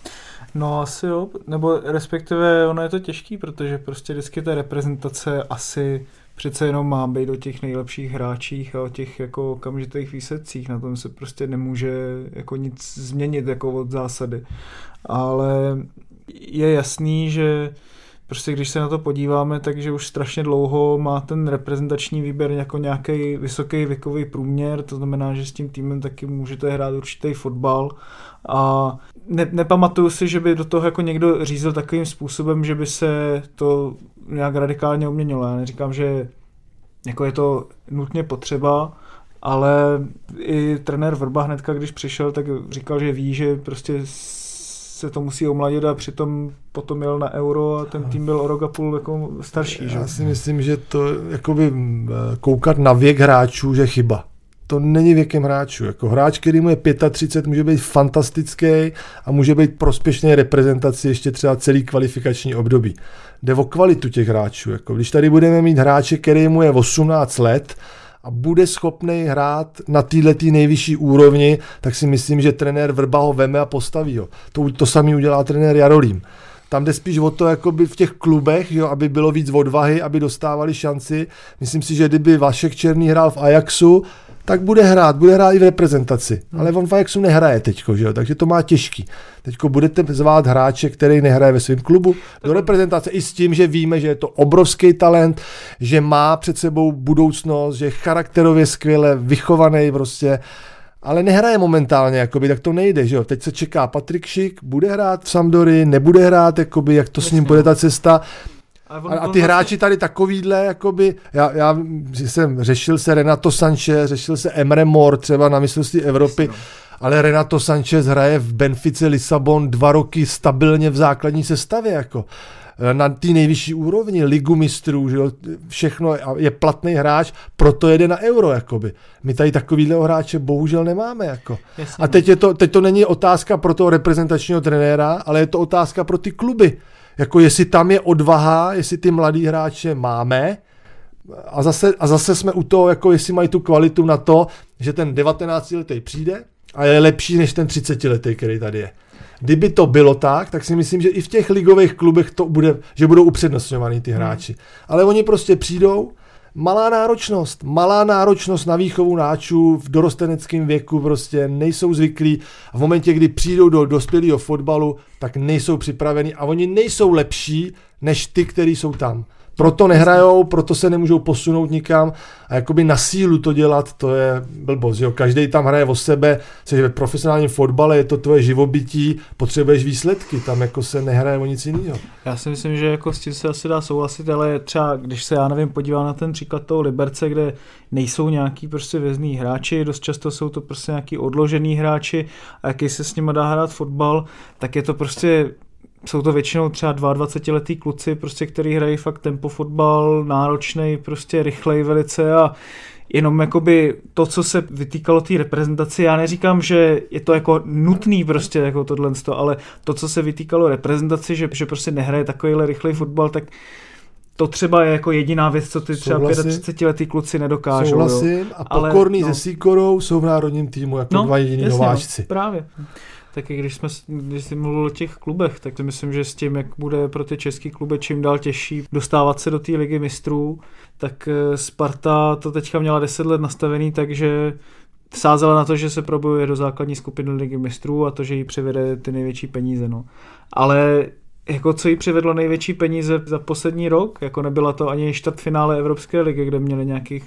No asi jo, nebo respektive ono je to těžký, protože prostě vždycky ta reprezentace asi přece jenom má být o těch nejlepších hráčích a o těch jako okamžitých výsledcích. Na tom se prostě nemůže jako nic změnit jako od zásady. Ale je jasný, že prostě když se na to podíváme, takže už strašně dlouho má ten reprezentační výběr jako nějaký vysoký věkový průměr, to znamená, že s tím týmem taky můžete hrát určitý fotbal a nepamatuju si, že by do toho jako někdo řízl takovým způsobem, že by se to nějak radikálně uměnilo. Já neříkám, že jako je to nutně potřeba, ale i trenér Vrba hnedka, když přišel, tak říkal, že ví, že prostě se to musí omladit a přitom potom jel na Euro a ten tým byl o rok a půl jako starší. Já si myslím, že to jakoby koukat na věk hráčů, že chyba. To není věkem hráčů. Jako hráč, který mu je 35, může být fantastický a může být prospěšný reprezentaci ještě třeba celý kvalifikační období. Jde o kvalitu těch hráčů. Jako když tady budeme mít hráče, který mu je 18 let a bude schopný hrát na této nejvyšší úrovni, tak si myslím, že trenér Vrba ho veme a postaví ho. To samý udělá trenér Jarolím. Tam jde spíš o to, jakoby v těch klubech, jo, aby bylo víc odvahy, aby dostávali šanci. Myslím si, že kdyby Vašek Černý hrál v Ajaxu, tak bude hrát i v reprezentaci. Ale on v Ajaxu nehraje teďko, že jo? Takže to má těžký. Teďko budete zvát hráče, který nehraje ve svém klubu, do reprezentace i s tím, že víme, že je to obrovský talent, že má před sebou budoucnost, že je charakterově skvěle vychovaný prostě, ale nehraje momentálně, jakoby, tak to nejde, že jo. Teď se čeká Patrik Šik, bude hrát v Sampdorii, nebude hrát, jakoby, jak to s ním bude ta cesta. A ty hráči tady takovýhle, jakoby, já jsem řešil se Renato Sanchez, řešil se Emre Mor třeba na mistrovství Evropy, ale Renato Sanchez hraje v Benfice Lisabon 2 roky stabilně v základní sestavě, jako na té nejvyšší úrovni, ligu mistrů, že jo, všechno je platný hráč, proto jede na Euro, jakoby. My tady takovýhle hráče bohužel nemáme, jako. A teď to není otázka pro toho reprezentačního trenéra, ale je to otázka pro ty kluby. Jako jestli tam je odvaha, jestli ty mladý hráče máme a zase jsme u toho, jako jestli mají tu kvalitu na to, že ten 19letý přijde a je lepší než ten 30letý, který tady je. Kdyby to bylo tak si myslím, že i v těch ligových klubech to bude, že budou upřednostňovaný ty hráči. Ale oni prostě přijdou, malá náročnost na výchovu hráčů v dorosteneckém věku, prostě nejsou zvyklí a v momentě, kdy přijdou do dospělého fotbalu, tak nejsou připraveni a oni nejsou lepší než ty, kteří jsou tam. Proto nehrajou, proto se nemůžou posunout nikam a jakoby na sílu to dělat, to je blbost. Jo? Každý tam hraje o sebe, což ve profesionálním fotbale je to tvoje živobytí, potřebuješ výsledky, tam jako se nehraje o nic jiného. Já si myslím, že jako s tím se asi dá souhlasit, ale třeba když se, podívám na ten příklad toho Liberce, kde nejsou nějaký prostě vězný hráči, dost často jsou to prostě nějaký odložený hráči a jaký se s nimi dá hrát fotbal, tak je to prostě jsou to většinou třeba 22letí kluci, prostě, který hrají fakt tempo fotbal, náročnej, prostě rychlej velice a Jenom jakoby to, co se vytýkalo té reprezentaci, já neříkám, že je to jako nutný prostě jako tohle, ale to, co se vytýkalo reprezentaci, že prostě nehraje takovýhle rychlej fotbal, tak to třeba je jako jediná věc, co ty třeba 35letý kluci nedokážou. Souhlasím. A Pokorný se Sýkorou jsou v národním týmu jako dva jediní nováčci. Právě. Taky když jsi mluvil o těch klubech, tak si myslím, že s tím, jak bude pro ty český kluby čím dál těžší dostávat se do té ligy mistrů, tak Sparta to teďka měla 10 let nastavený, takže sázela na to, že se probojuje do základní skupiny ligy mistrů a to, že jí přivede ty největší peníze. No. Ale jako co jí přivedlo největší peníze za poslední rok, jako nebyla to ani čtvrtfinále Evropské ligy, kde měli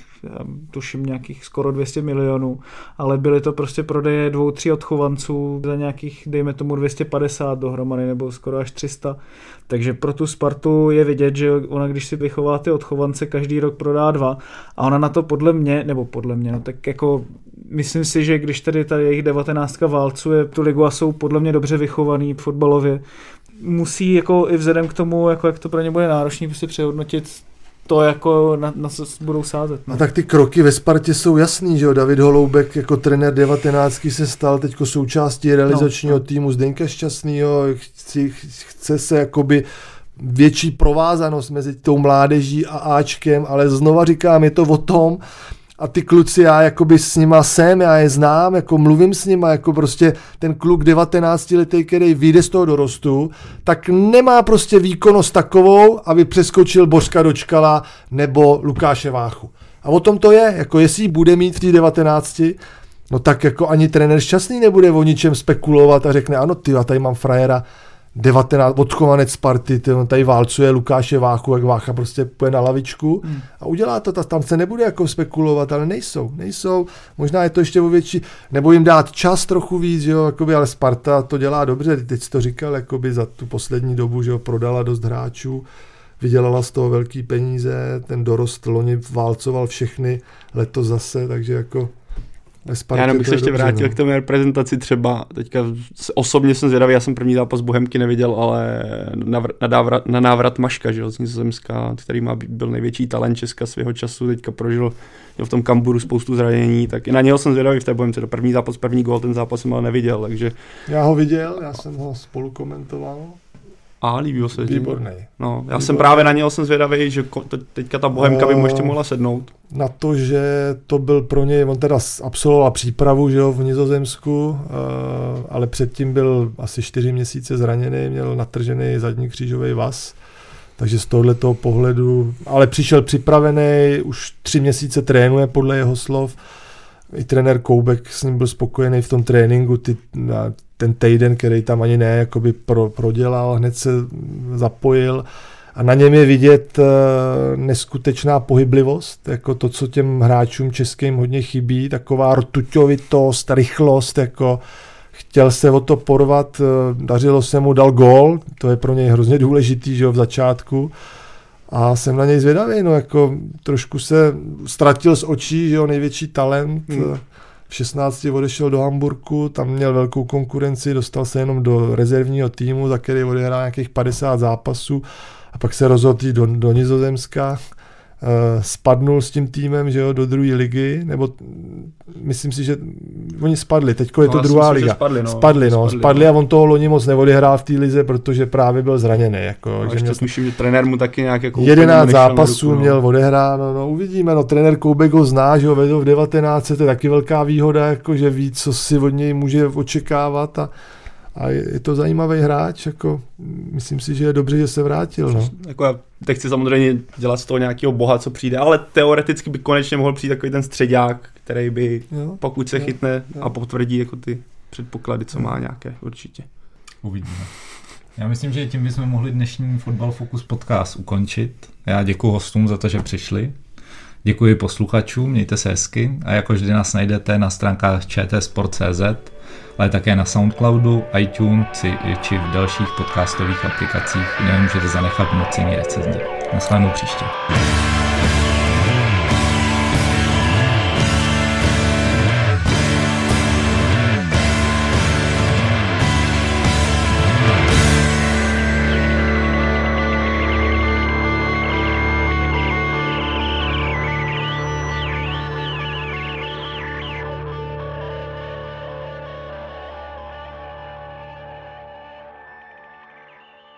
nějakých skoro 200 milionů, ale byly to prostě prodeje 2-3 odchovanců za nějakých, dejme tomu 250 dohromady, nebo skoro až 300. Takže pro tu Spartu je vidět, že ona, když si vychová ty odchovance, každý rok prodá 2 a ona na to podle mě, no tak jako myslím si, že když tady ta jejich 19 válcuje tu ligu a jsou podle mě dobře vychovaný fotbalově, musí jako i vzhledem k tomu, jako jak to pro ně bude náročný, prostě přehodnotit to, jako na co budou sázet. No. A tak ty kroky ve Spartě jsou jasný, že jo? David Holoubek jako trenér 19 se stal teďko součástí realizačního týmu Zdeňka Šťastnýho, chce se jakoby větší provázanost mezi tou mládeží a Ačkem, ale znova říkám, je to o tom, a ty kluci, já jakoby s nima jsem, já je znám, jako mluvím s nima, jako prostě ten kluk 19letý, který vyjde z toho dorostu, tak nemá prostě výkonnost takovou, aby přeskočil Bořka Dočkala nebo Lukáše Váchu. A o tom to je, jako jestli bude mít v těch 19, no tak jako ani trenér Šťastný nebude o ničem spekulovat a řekne, ano ty, já tady mám frajera 19, odchovanec Sparty, tady válcuje Lukáše Váchu, jak Vácha prostě půjde na lavičku a udělá to, tam se nebude jako spekulovat, ale nejsou, možná je to ještě o větší, nebo jim dát čas trochu víc, že jo, jakoby, ale Sparta to dělá dobře, teď jsi to říkal, jakoby za tu poslední dobu, že jo, prodala dost hráčů, vydělala z toho velký peníze, ten dorost loni válcoval všechny, letos zase, takže jako já bych se ještě vrátil k té reprezentaci třeba, teďka osobně jsem zvědavý, já jsem první zápas Bohemky neviděl, ale na návrat Maška, že, z Nizozemska, který byl největší talent Česka svého času, teďka prožil v tom Kamburu spoustu zranění, tak i na něho jsem zvědavý v té Bohemce, to první zápas, první gól, ten zápas jsem ale neviděl, takže... Já ho viděl, já jsem ho spolu komentoval. A líbilo se. Výborný. No, já jsem právě na něho zvědavý, že teďka ta Bohemka by mu ještě mohla sednout. Na to, že to byl pro něj, on teda absolvoval přípravu, že jo, v Nizozemsku, ale předtím byl asi 4 měsíce zraněný, měl natržený zadní křížový vaz, takže z tohoto pohledu, ale přišel připravený, už 3 měsíce trénuje podle jeho slov, i trenér Koubek s ním byl spokojený v tom tréninku, ten týden, který tam ani ne, jakoby prodělal, hned se zapojil a na něm je vidět neskutečná pohyblivost, jako to, co těm hráčům českým hodně chybí, taková rtuťovitost, rychlost, jako chtěl se o to porvat, dařilo se mu, dal gól, to je pro něj hrozně důležitý, že jo, v začátku. A jsem na něj zvědavý, no jako trošku se ztratil z očí, že jo, největší talent. V 16 odešel do Hamburku, tam měl velkou konkurenci, dostal se jenom do rezervního týmu, za který odehrál nějakých 50 zápasů a pak se rozhodl jít do Nizozemska. Spadnul s tím týmem, že jo, do druhé ligy, nebo myslím si, že oni spadli, teďko je to druhá liga. Spadli a on toho loni moc neodehrál v té lize, protože právě byl zraněný. Jako, že myslím, že trenér mu taky nějak jako 11 zápasů měl odehráno, no uvidíme, no trenér Koubek ho zná, že ho vedl v 19, to je taky velká výhoda, jako, že ví, co si od něj může očekávat a je to zajímavý hráč, jako myslím si, že je dobře, že se vrátil. No. Jako já teď chci samozřejmě dělat z toho nějakého boha, co přijde, ale teoreticky by konečně mohl přijít takový ten středák, který by, pokud se chytne a potvrdí jako ty předpoklady, co má nějaké určitě. Uvidíme. Já myslím, že tím bychom mohli dnešní Fotbal Focus podcast ukončit. Já děkuji hostům za to, že přišli. Děkuji posluchačům, mějte se hezky a jako vždy nás najdete na stránkách čtsport.cz, ale také na Soundcloudu, iTunes či v dalších podcastových aplikacích, kde můžete zanechat mocení recenze. Naschledanou příště.